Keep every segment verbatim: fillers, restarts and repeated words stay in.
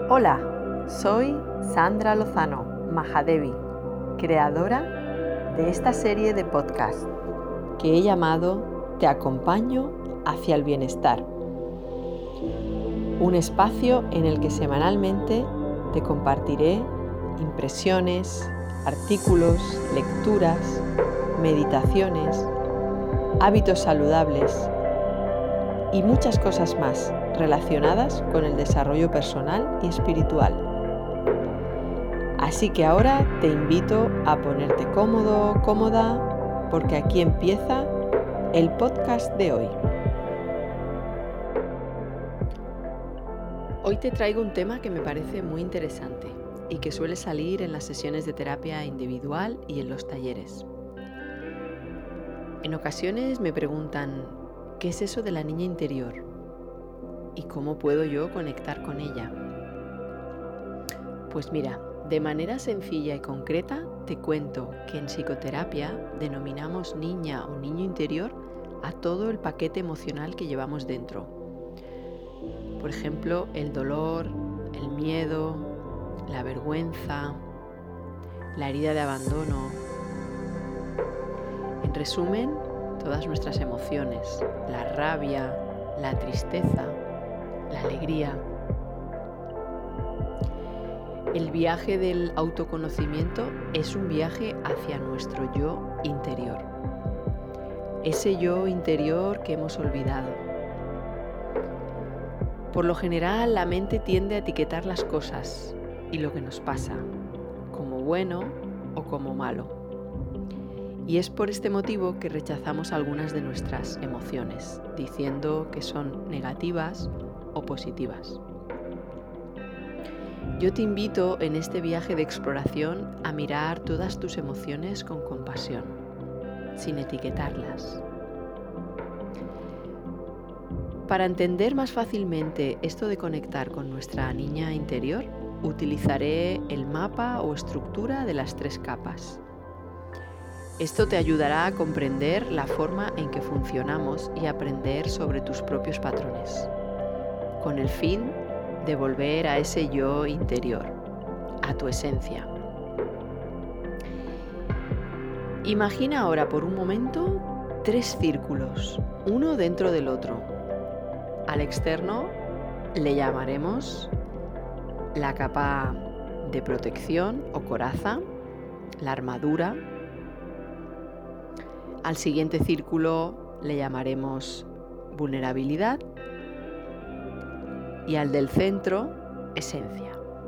Hola, soy Sandra Lozano Mahadevi, creadora de esta serie de podcast que he llamado Te acompaño hacia el bienestar. Un espacio en el que semanalmente te compartiré impresiones, artículos, lecturas, meditaciones, hábitos saludables y muchas cosas más relacionadas con el desarrollo personal y espiritual. Así que ahora te invito a ponerte cómodo, cómoda, porque aquí empieza el podcast de hoy. Hoy te traigo un tema que me parece muy interesante y que suele salir en las sesiones de terapia individual y en los talleres. En ocasiones me preguntan, ¿qué es eso de la niña interior? ¿Y cómo puedo yo conectar con ella? Pues mira, de manera sencilla y concreta te cuento que en psicoterapia denominamos niña o niño interior a todo el paquete emocional que llevamos dentro. Por ejemplo, el dolor, el miedo, la vergüenza, la herida de abandono. En resumen, todas nuestras emociones, la rabia, la tristeza, la alegría. El viaje del autoconocimiento es un viaje hacia nuestro yo interior. Ese yo interior que hemos olvidado. Por lo general, la mente tiende a etiquetar las cosas y lo que nos pasa, como bueno o como malo. Y es por este motivo que rechazamos algunas de nuestras emociones, diciendo que son negativas o positivas. Yo te invito en este viaje de exploración a mirar todas tus emociones con compasión, sin etiquetarlas. Para entender más fácilmente esto de conectar con nuestra niña interior, utilizaré el mapa o estructura de las tres capas. Esto te ayudará a comprender la forma en que funcionamos y aprender sobre tus propios patrones, con el fin de volver a ese yo interior, a tu esencia. Imagina ahora por un momento tres círculos, uno dentro del otro. Al externo le llamaremos la capa de protección o coraza, la armadura. Al siguiente círculo le llamaremos vulnerabilidad y al del centro, esencia.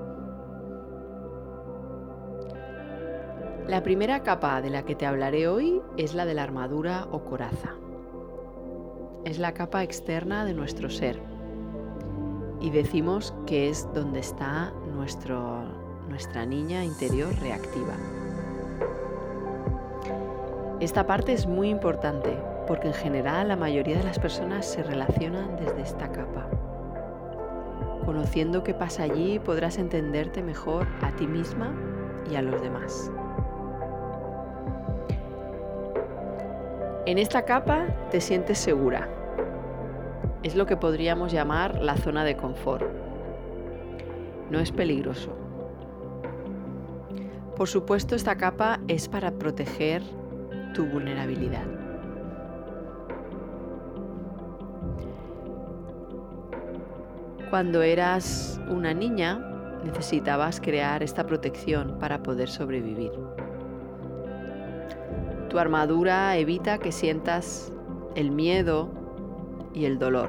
La primera capa de la que te hablaré hoy es la de la armadura o coraza. Es la capa externa de nuestro ser y decimos que es donde está nuestro, nuestra niña interior reactiva. Esta parte es muy importante porque en general la mayoría de las personas se relacionan desde esta capa. Conociendo qué pasa allí podrás entenderte mejor a ti misma y a los demás. En esta capa te sientes segura. Es lo que podríamos llamar la zona de confort. No es peligroso. Por supuesto, esta capa es para proteger tu vulnerabilidad. Cuando eras una niña, necesitabas crear esta protección para poder sobrevivir. Tu armadura evita que sientas el miedo y el dolor.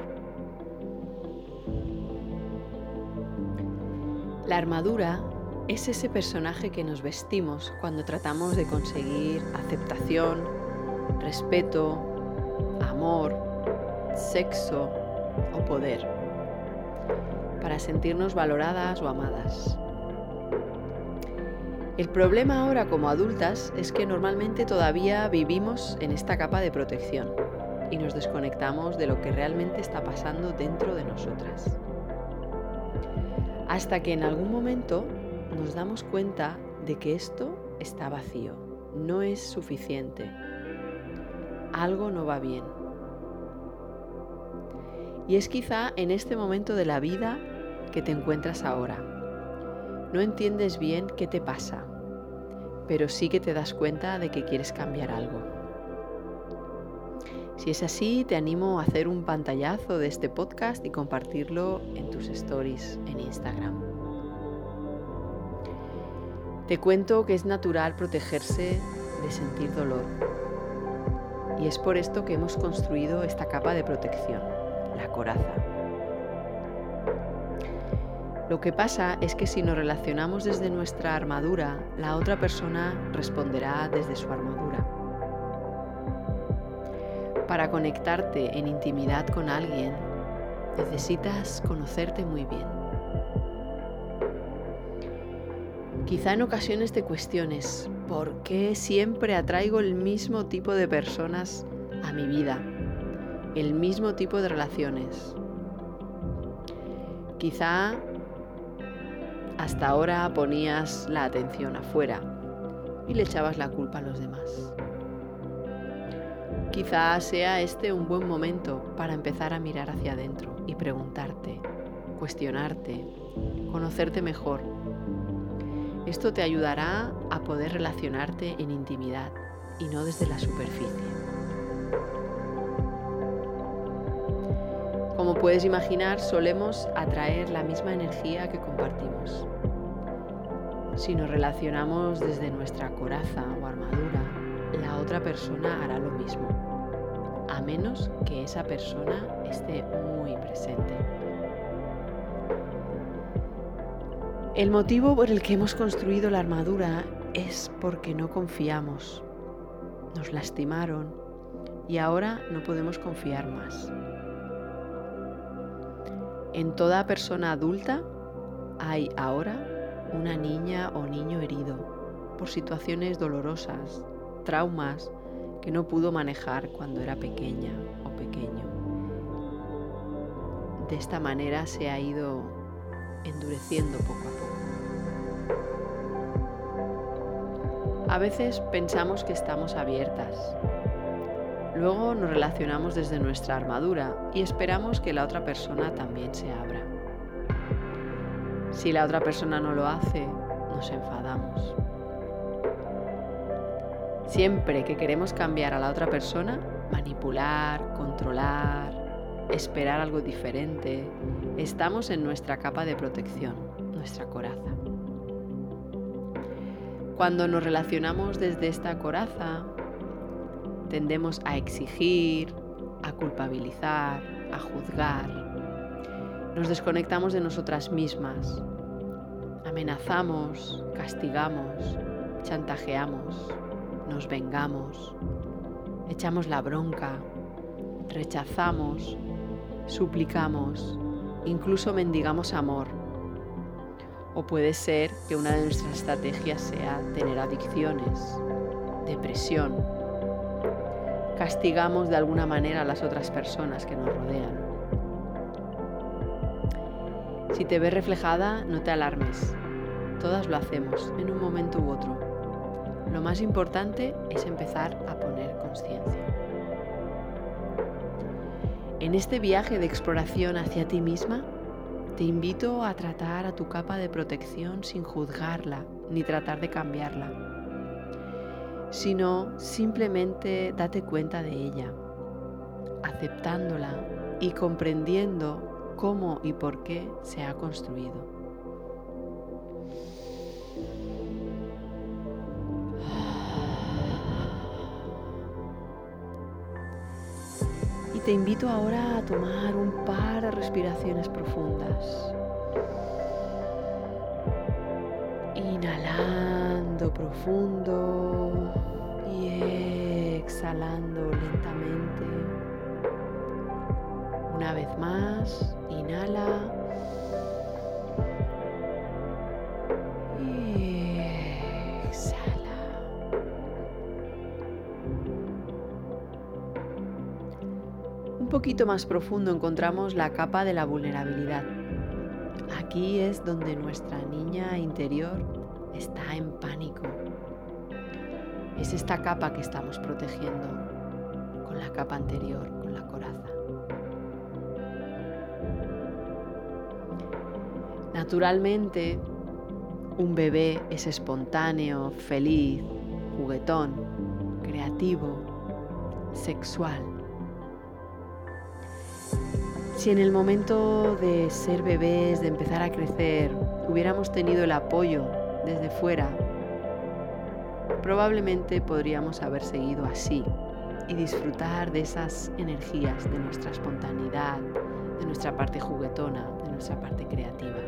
La armadura es ese personaje que nos vestimos cuando tratamos de conseguir aceptación, respeto, amor, sexo o poder, para sentirnos valoradas o amadas. El problema ahora como adultas es que normalmente todavía vivimos en esta capa de protección y nos desconectamos de lo que realmente está pasando dentro de nosotras. Hasta que en algún momento nos damos cuenta de que esto está vacío, no es suficiente, algo no va bien. Y es quizá en este momento de la vida que te encuentras ahora, No entiendes bien qué te pasa, pero sí que te das cuenta de que quieres cambiar algo. Si es así, te animo a hacer un pantallazo de este podcast y compartirlo en tus stories en Instagram. Te cuento que es natural protegerse de sentir dolor. Y es por esto que hemos construido esta capa de protección, la coraza. Lo que pasa es que si nos relacionamos desde nuestra armadura, la otra persona responderá desde su armadura. Para conectarte en intimidad con alguien, necesitas conocerte muy bien. Quizá en ocasiones te cuestiones, ¿por qué siempre atraigo el mismo tipo de personas a mi vida? El mismo tipo de relaciones. Quizá hasta ahora ponías la atención afuera y le echabas la culpa a los demás. Quizá sea este un buen momento para empezar a mirar hacia adentro y preguntarte, cuestionarte, conocerte mejor. Esto te ayudará a poder relacionarte en intimidad y no desde la superficie. Como puedes imaginar, solemos atraer la misma energía que compartimos. Si nos relacionamos desde nuestra coraza o armadura, la otra persona hará lo mismo, a menos que esa persona esté muy presente. El motivo por el que hemos construido la armadura es porque no confiamos. Nos lastimaron y ahora no podemos confiar más. En toda persona adulta hay ahora una niña o niño herido por situaciones dolorosas, traumas que no pudo manejar cuando era pequeña o pequeño. De esta manera se ha ido endureciendo poco a poco. A veces pensamos que estamos abiertas. Luego nos relacionamos desde nuestra armadura y esperamos que la otra persona también se abra. Si la otra persona no lo hace, nos enfadamos. Siempre que queremos cambiar a la otra persona, manipular, controlar, esperar algo diferente, estamos en nuestra capa de protección, nuestra coraza. Cuando nos relacionamos desde esta coraza, tendemos a exigir, a culpabilizar, a juzgar. Nos desconectamos de nosotras mismas. Amenazamos, castigamos, chantajeamos, nos vengamos, echamos la bronca, rechazamos, suplicamos, incluso mendigamos amor. O puede ser que una de nuestras estrategias sea tener adicciones, depresión. Castigamos de alguna manera a las otras personas que nos rodean. Si te ves reflejada, no te alarmes. Todas lo hacemos en un momento u otro. Lo más importante es empezar a poner conciencia. En este viaje de exploración hacia ti misma, te invito a tratar a tu capa de protección sin juzgarla ni tratar de cambiarla, sino simplemente date cuenta de ella, aceptándola y comprendiendo cómo y por qué se ha construido. Y te invito ahora a tomar un par de respiraciones profundas. Inhalando profundo y exhalando lentamente. Una vez más, inhala y exhala. Un poquito más profundo encontramos la capa de la vulnerabilidad. Aquí es donde nuestra niña interior está en pánico. Es esta capa que estamos protegiendo con la capa anterior, con la coraza. Naturalmente, Un bebé es espontáneo, feliz, juguetón, creativo, sexual. Si en el momento de ser bebés, de empezar a crecer, hubiéramos tenido el apoyo desde fuera, probablemente podríamos haber seguido así y disfrutar de esas energías, de nuestra espontaneidad, de nuestra parte juguetona, de nuestra parte creativa.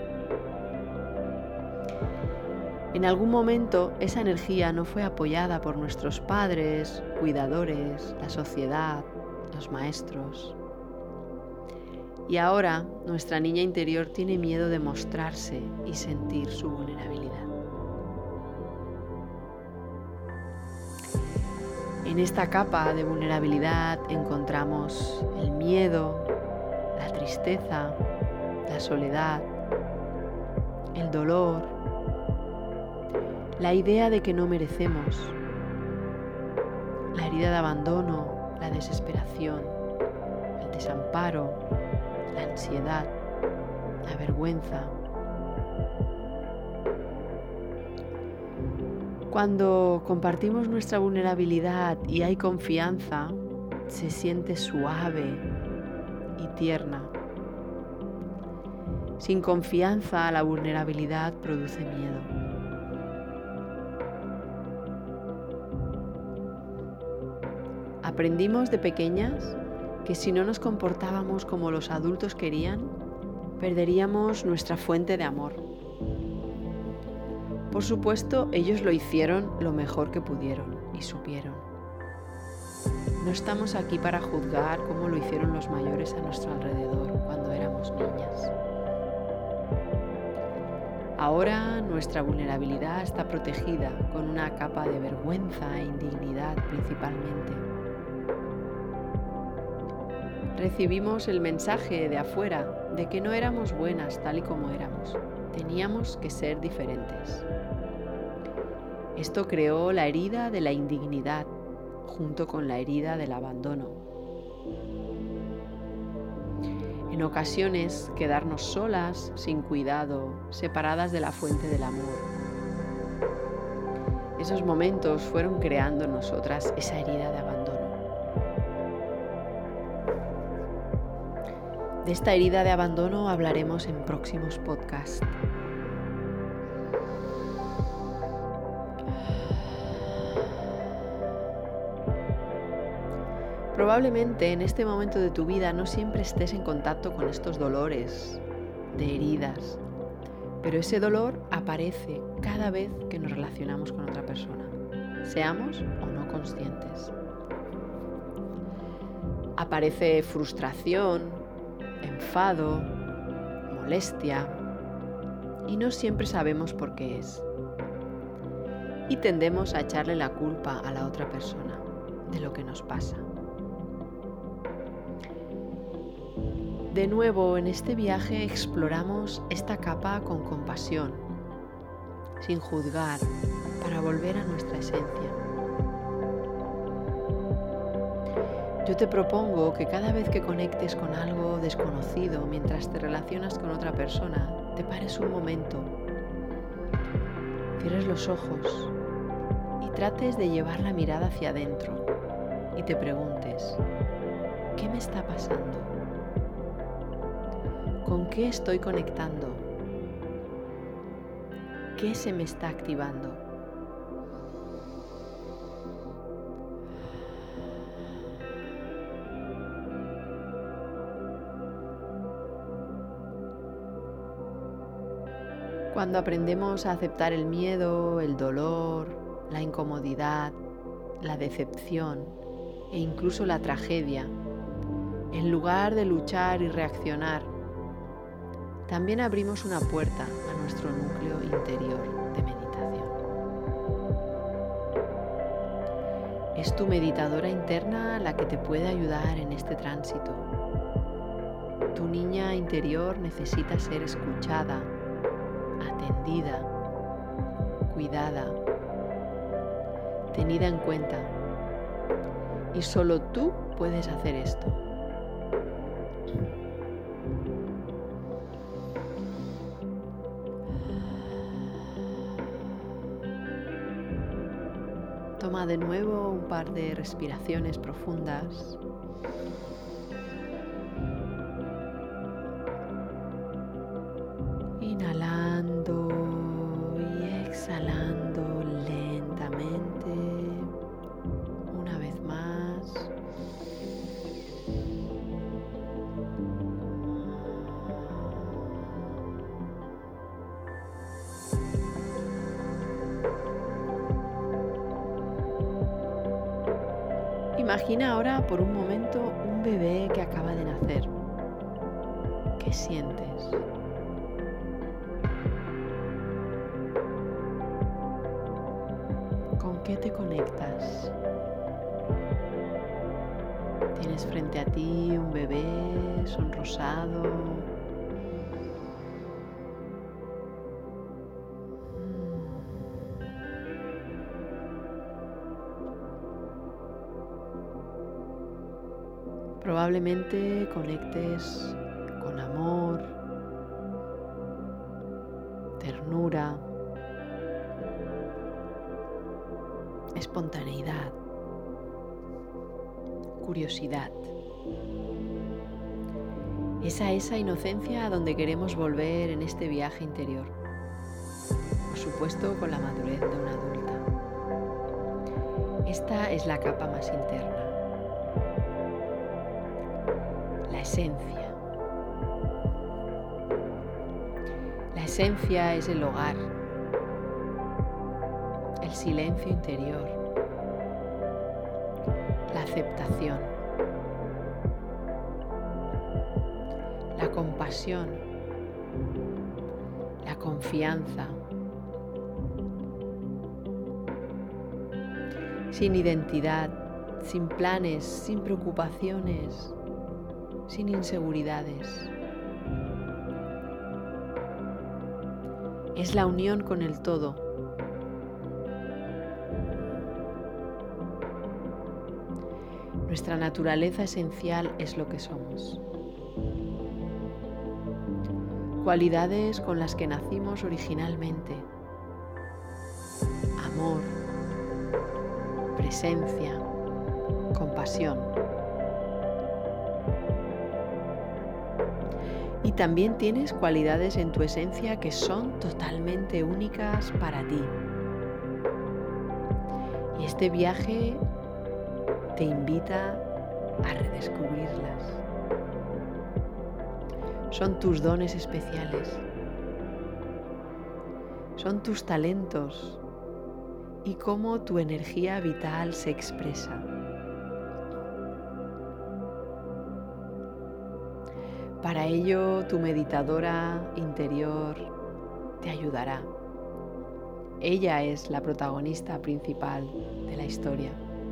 En algún momento esa energía no fue apoyada por nuestros padres, cuidadores, la sociedad, los maestros. Y ahora nuestra niña interior tiene miedo de mostrarse y sentir su vulnerabilidad. En esta capa de vulnerabilidad encontramos el miedo, la tristeza, la soledad, el dolor, la idea de que no merecemos, la herida de abandono, la desesperación, el desamparo, la ansiedad, la vergüenza. Cuando compartimos nuestra vulnerabilidad y hay confianza, se siente suave y tierna. Sin confianza, la vulnerabilidad produce miedo. Aprendimos de pequeñas que si no nos comportábamos como los adultos querían, perderíamos nuestra fuente de amor. Por supuesto, ellos lo hicieron lo mejor que pudieron y supieron. No estamos aquí para juzgar cómo lo hicieron los mayores a nuestro alrededor cuando éramos niñas. Ahora nuestra vulnerabilidad está protegida con una capa de vergüenza e indignidad principalmente. Recibimos el mensaje de afuera de que no éramos buenas tal y como éramos. Teníamos que ser diferentes. Esto creó la herida de la indignidad junto con la herida del abandono. En ocasiones, quedarnos solas, sin cuidado, separadas de la fuente del amor. Esos momentos fueron creando en nosotras esa herida de abandono. De esta herida de abandono hablaremos en próximos podcasts. Probablemente en este momento de tu vida no siempre estés en contacto con estos dolores de heridas, pero ese dolor aparece cada vez que nos relacionamos con otra persona, seamos o no conscientes. Aparece frustración, enfado, molestia, y no siempre sabemos por qué es. Y tendemos a echarle la culpa a la otra persona de lo que nos pasa. De nuevo, en este viaje exploramos esta capa con compasión, sin juzgar, para volver a nuestra esencia. Yo te propongo que cada vez que conectes con algo desconocido mientras te relacionas con otra persona, te pares un momento, cierres los ojos y trates de llevar la mirada hacia adentro y te preguntes, ¿qué me está pasando? ¿Con qué estoy conectando? ¿Qué se me está activando? Cuando aprendemos a aceptar el miedo, el dolor, la incomodidad, la decepción e incluso la tragedia, en lugar de luchar y reaccionar, también abrimos una puerta a nuestro núcleo interior de meditación. Es tu meditadora interna la que te puede ayudar en este tránsito. Tu niña interior necesita ser escuchada, atendida, cuidada, tenida en cuenta. Y solo tú puedes hacer esto. Toma de nuevo un par de respiraciones profundas. Inhalando y exhalando lentamente. Una vez más. Imagina ahora por un momento un bebé que acaba de nacer. ¿Qué sientes? ¿Con qué te conectas? Tienes frente a ti un bebé sonrosado. Probablemente conectes con amor, ternura, espontaneidad, curiosidad. Es a esa inocencia a donde queremos volver en este viaje interior. Por supuesto, con la madurez de una adulta. Esta es la capa más interna. La esencia. La esencia es el hogar, el silencio interior, la aceptación, la compasión, la confianza, sin identidad, sin planes, sin preocupaciones, sin inseguridades. Es la unión con el todo. Nuestra naturaleza esencial es lo que somos. Cualidades con las que nacimos originalmente. Amor, presencia, compasión. Y también tienes cualidades en tu esencia que son totalmente únicas para ti. Y este viaje te invita a redescubrirlas. Son tus dones especiales. Son tus talentos y cómo tu energía vital se expresa. Para ello, tu meditadora interior te ayudará. Ella es la protagonista principal de la historia.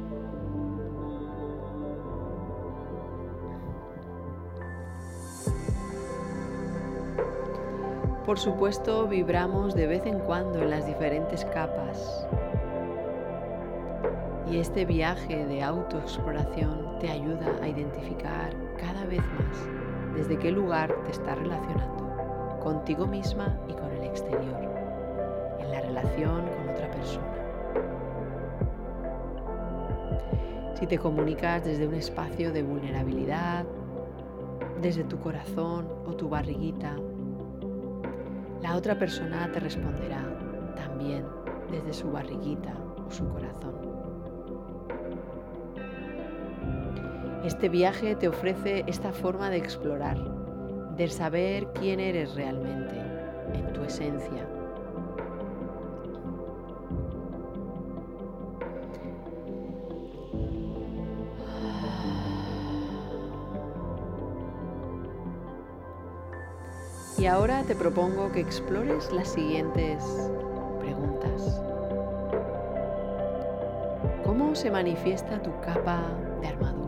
Por supuesto, vibramos de vez en cuando en las diferentes capas. Y este viaje de autoexploración te ayuda a identificar cada vez más desde qué lugar te estás relacionando contigo misma y con el exterior, en la relación con otra persona. Si te comunicas desde un espacio de vulnerabilidad, desde tu corazón o tu barriguita, la otra persona te responderá también desde su barriguita o su corazón. Este viaje te ofrece esta forma de explorar, de saber quién eres realmente, en tu esencia. Y ahora te propongo que explores las siguientes preguntas. ¿Cómo se manifiesta tu capa de armadura?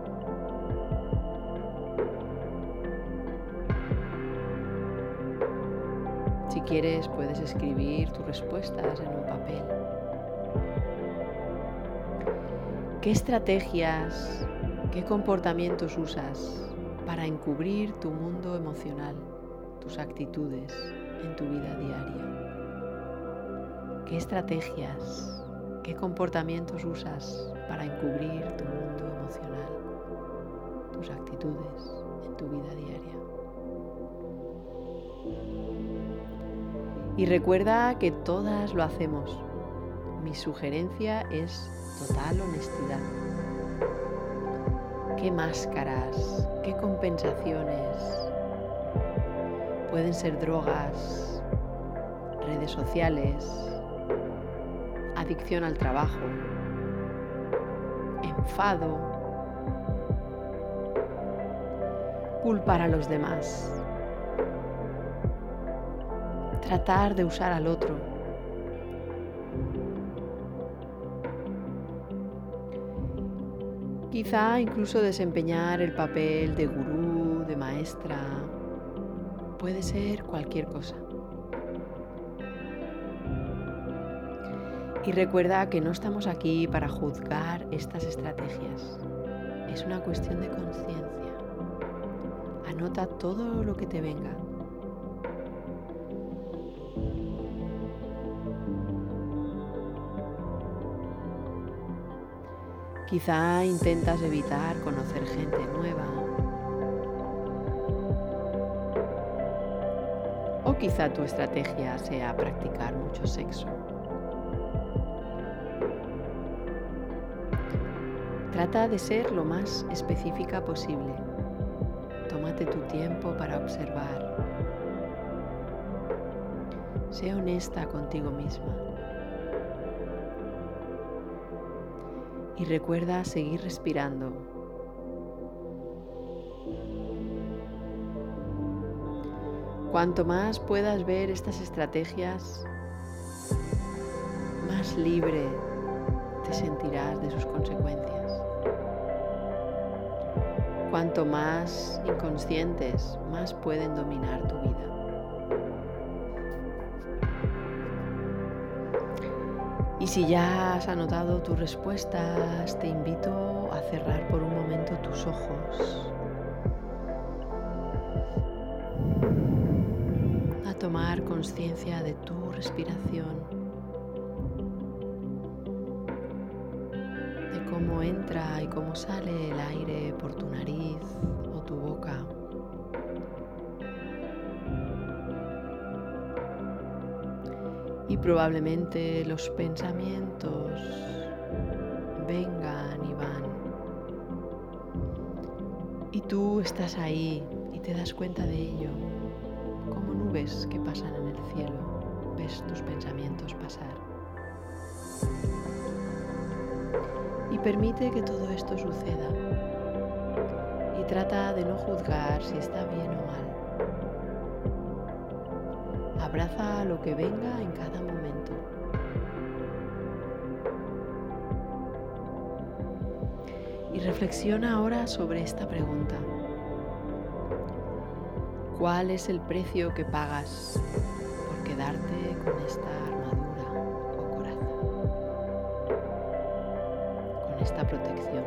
Si quieres, puedes escribir tus respuestas en un papel. ¿Qué estrategias, qué comportamientos usas para encubrir tu mundo emocional, tus actitudes en tu vida diaria? ¿Qué estrategias, ¿Qué comportamientos usas para encubrir tu mundo emocional, tus actitudes en tu vida diaria? Y recuerda que todas lo hacemos. Mi sugerencia es total honestidad. ¿Qué máscaras, qué compensaciones? Pueden ser drogas, redes sociales, adicción al trabajo, enfado, culpar a los demás, tratar de usar al otro. Quizá incluso desempeñar el papel de gurú, de maestra. Puede ser cualquier cosa. Y recuerda que no estamos aquí para juzgar estas estrategias. Es una cuestión de conciencia. Anota todo lo que te venga. Quizá intentas evitar conocer gente nueva. O quizá tu estrategia sea practicar mucho sexo. Trata de ser lo más específica posible. Tómate tu tiempo para observar. Sé honesta contigo misma. Y recuerda seguir respirando. Cuanto más puedas ver estas estrategias, más libre te sentirás de sus consecuencias. Cuanto más inconscientes, más pueden dominar tu vida. Y si ya has anotado tus respuestas, te invito a cerrar por un momento tus ojos, a tomar conciencia de tu respiración, de cómo entra y cómo sale el aire por tu nariz o tu boca. Y probablemente los pensamientos vengan y van. Y tú estás ahí y te das cuenta de ello, como nubes que pasan en el cielo. Ves tus pensamientos pasar. Y permite que todo esto suceda. Y trata de no juzgar si está bien o mal. Abraza lo que venga en cada momento. Y reflexiona ahora sobre esta pregunta. ¿Cuál es el precio que pagas por quedarte con esta armadura o coraza? Con esta protección.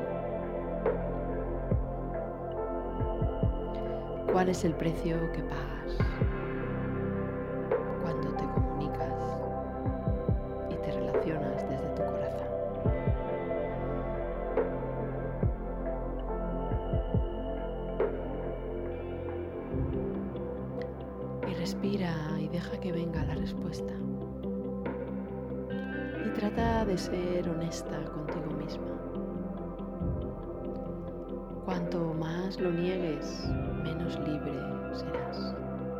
¿Cuál es el precio que pagas cuando te comunicas y te relacionas desde tu corazón? Y respira y deja que venga la respuesta. Y trata de ser honesta contigo misma. Cuanto más lo niegues, menos libre serás.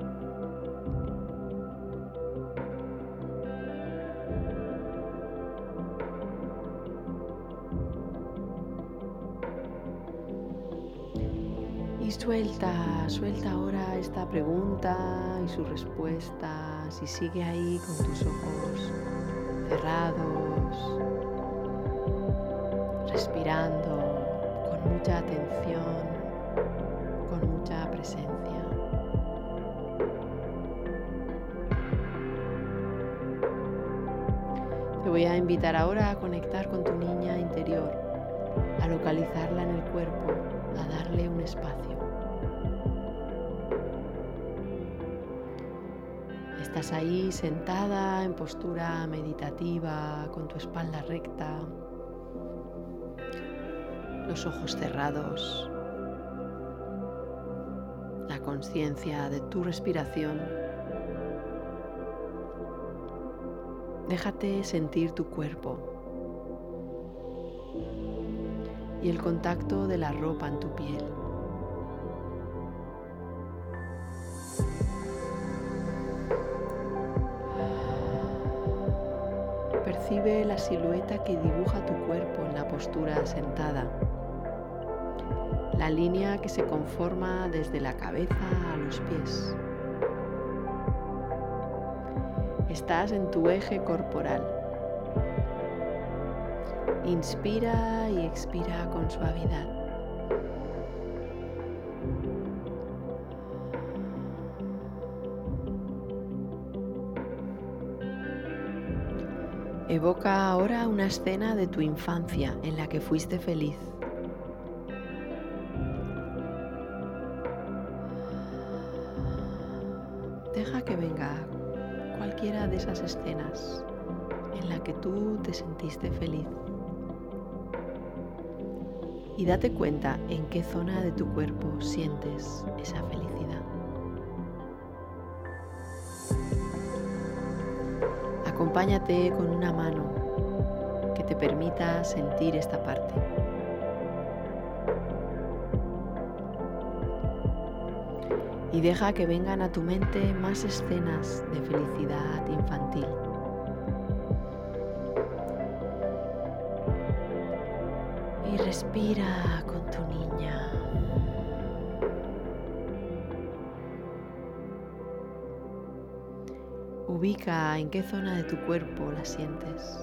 Y suelta, suelta ahora esta pregunta y sus respuestas y sigue ahí con tus ojos cerrados, respirando con mucha atención, con mucha presencia. Te voy a invitar ahora a conectar con tu niña interior, a localizarla en el cuerpo, a darle un espacio. Estás ahí sentada en postura meditativa, con tu espalda recta, los ojos cerrados, la conciencia de tu respiración. Déjate sentir tu cuerpo y el contacto de la ropa en tu piel. Percibe la silueta que dibuja tu cuerpo en la postura sentada, la línea que se conforma desde la cabeza a los pies. Estás en tu eje corporal. Inspira y expira con suavidad. Evoca ahora una escena de tu infancia en la que fuiste feliz. Deja que venga cualquiera de esas escenas en la que tú te sentiste feliz. Y date cuenta en qué zona de tu cuerpo sientes esa felicidad. Acompáñate con una mano que te permita sentir esta parte. Y deja que vengan a tu mente más escenas de felicidad infantil. Y respira con tu niña. Ubica en qué zona de tu cuerpo la sientes.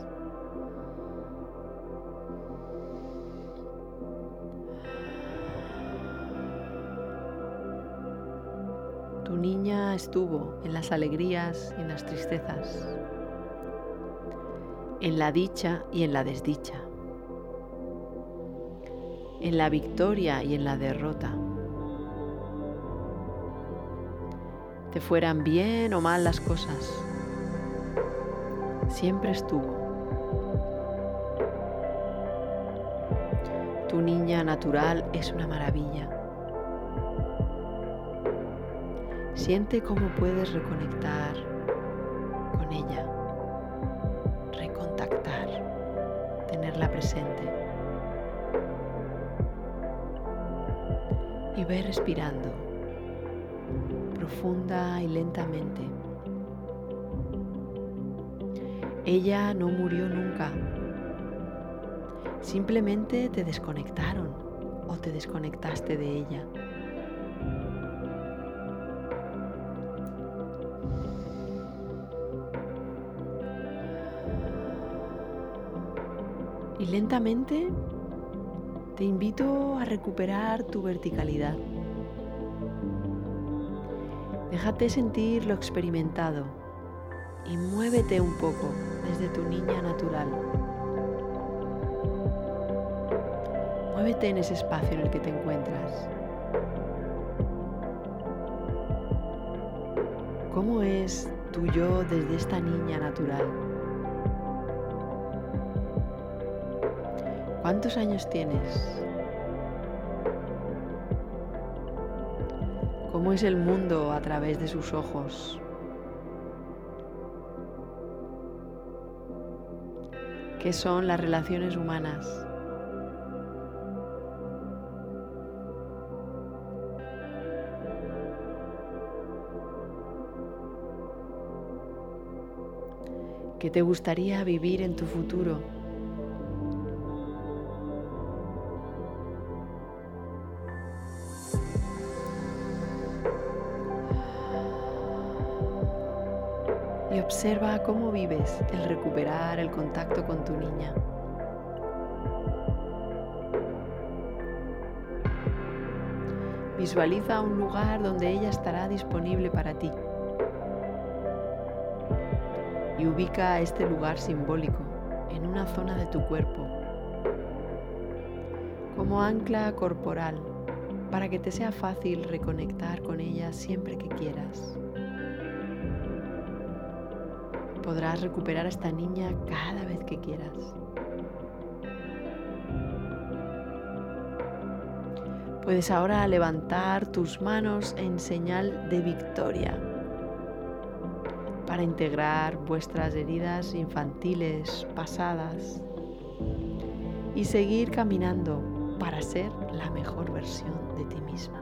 Tu niña estuvo en las alegrías y en las tristezas, en la dicha y en la desdicha, en la victoria y en la derrota. Te fueran bien o mal las cosas, siempre estuvo. Tu niña natural es una maravilla. Siente cómo puedes reconectar con ella, recontactar, tenerla presente. Y ve respirando profunda y lentamente. Ella no murió nunca. Simplemente te desconectaron o te desconectaste de ella. Y lentamente te invito a recuperar tu verticalidad. Déjate sentir lo experimentado y muévete un poco desde tu niña natural. Muévete en ese espacio en el que te encuentras. ¿Cómo es tu yo desde esta niña natural? ¿Cuántos años tienes? ¿Cómo es el mundo a través de sus ojos? ¿Qué son las relaciones humanas? ¿Qué te gustaría vivir en tu futuro? Y observa cómo vives el recuperar el contacto con tu niña. Visualiza un lugar donde ella estará disponible para ti. Y ubica este lugar simbólico en una zona de tu cuerpo, como ancla corporal, para que te sea fácil reconectar con ella siempre que quieras. Podrás recuperar a esta niña cada vez que quieras. Puedes ahora levantar tus manos en señal de victoria para integrar vuestras heridas infantiles pasadas y seguir caminando para ser la mejor versión de ti misma.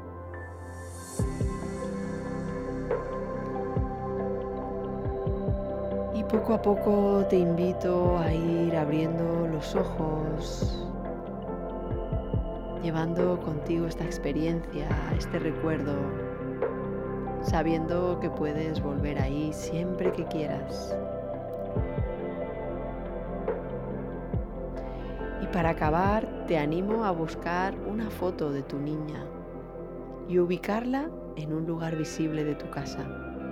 Y poco a poco te invito a ir abriendo los ojos, llevando contigo esta experiencia, este recuerdo, sabiendo que puedes volver ahí siempre que quieras. Y para acabar, te animo a buscar una foto de tu niña y ubicarla en un lugar visible de tu casa.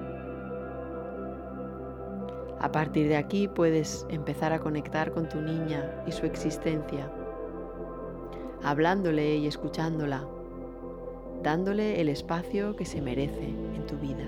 A partir de aquí puedes empezar a conectar con tu niña y su existencia, hablándole y escuchándola, dándole el espacio que se merece en tu vida.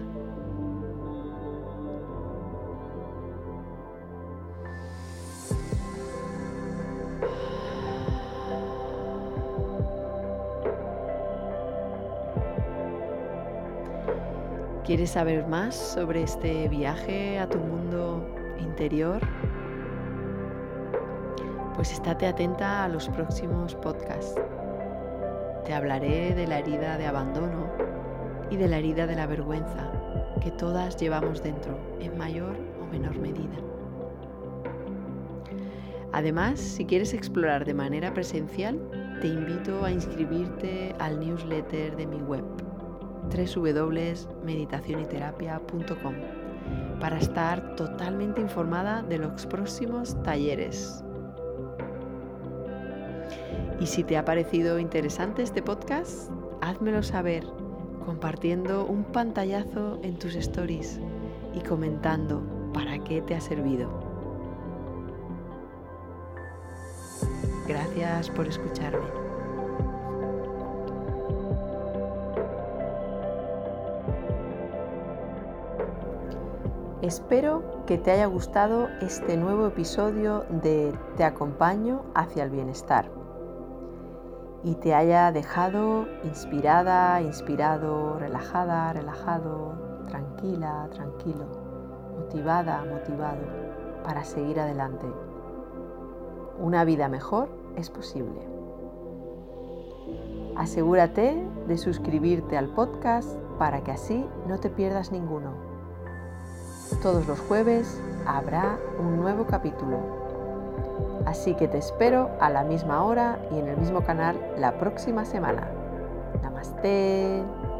¿Quieres saber más sobre este viaje a tu mundo interior? Pues estate atenta a los próximos podcasts. Te hablaré de la herida de abandono y de la herida de la vergüenza que todas llevamos dentro en mayor o menor medida. Además, si quieres explorar de manera presencial, te invito a inscribirte al newsletter de mi web doble u doble u doble u punto meditación y terapia punto com para estar totalmente informada de los próximos talleres. Y si te ha parecido interesante este podcast, házmelo saber compartiendo un pantallazo en tus stories y comentando para qué te ha servido. Gracias por escucharme. Espero que te haya gustado este nuevo episodio de Te acompaño hacia el bienestar y te haya dejado inspirada, inspirado, relajada, relajado, tranquila, tranquilo, motivada, motivado para seguir adelante. Una vida mejor es posible. Asegúrate de suscribirte al podcast para que así no te pierdas ninguno. Todos los jueves habrá un nuevo capítulo, así que te espero a la misma hora y en el mismo canal la próxima semana. Namaste.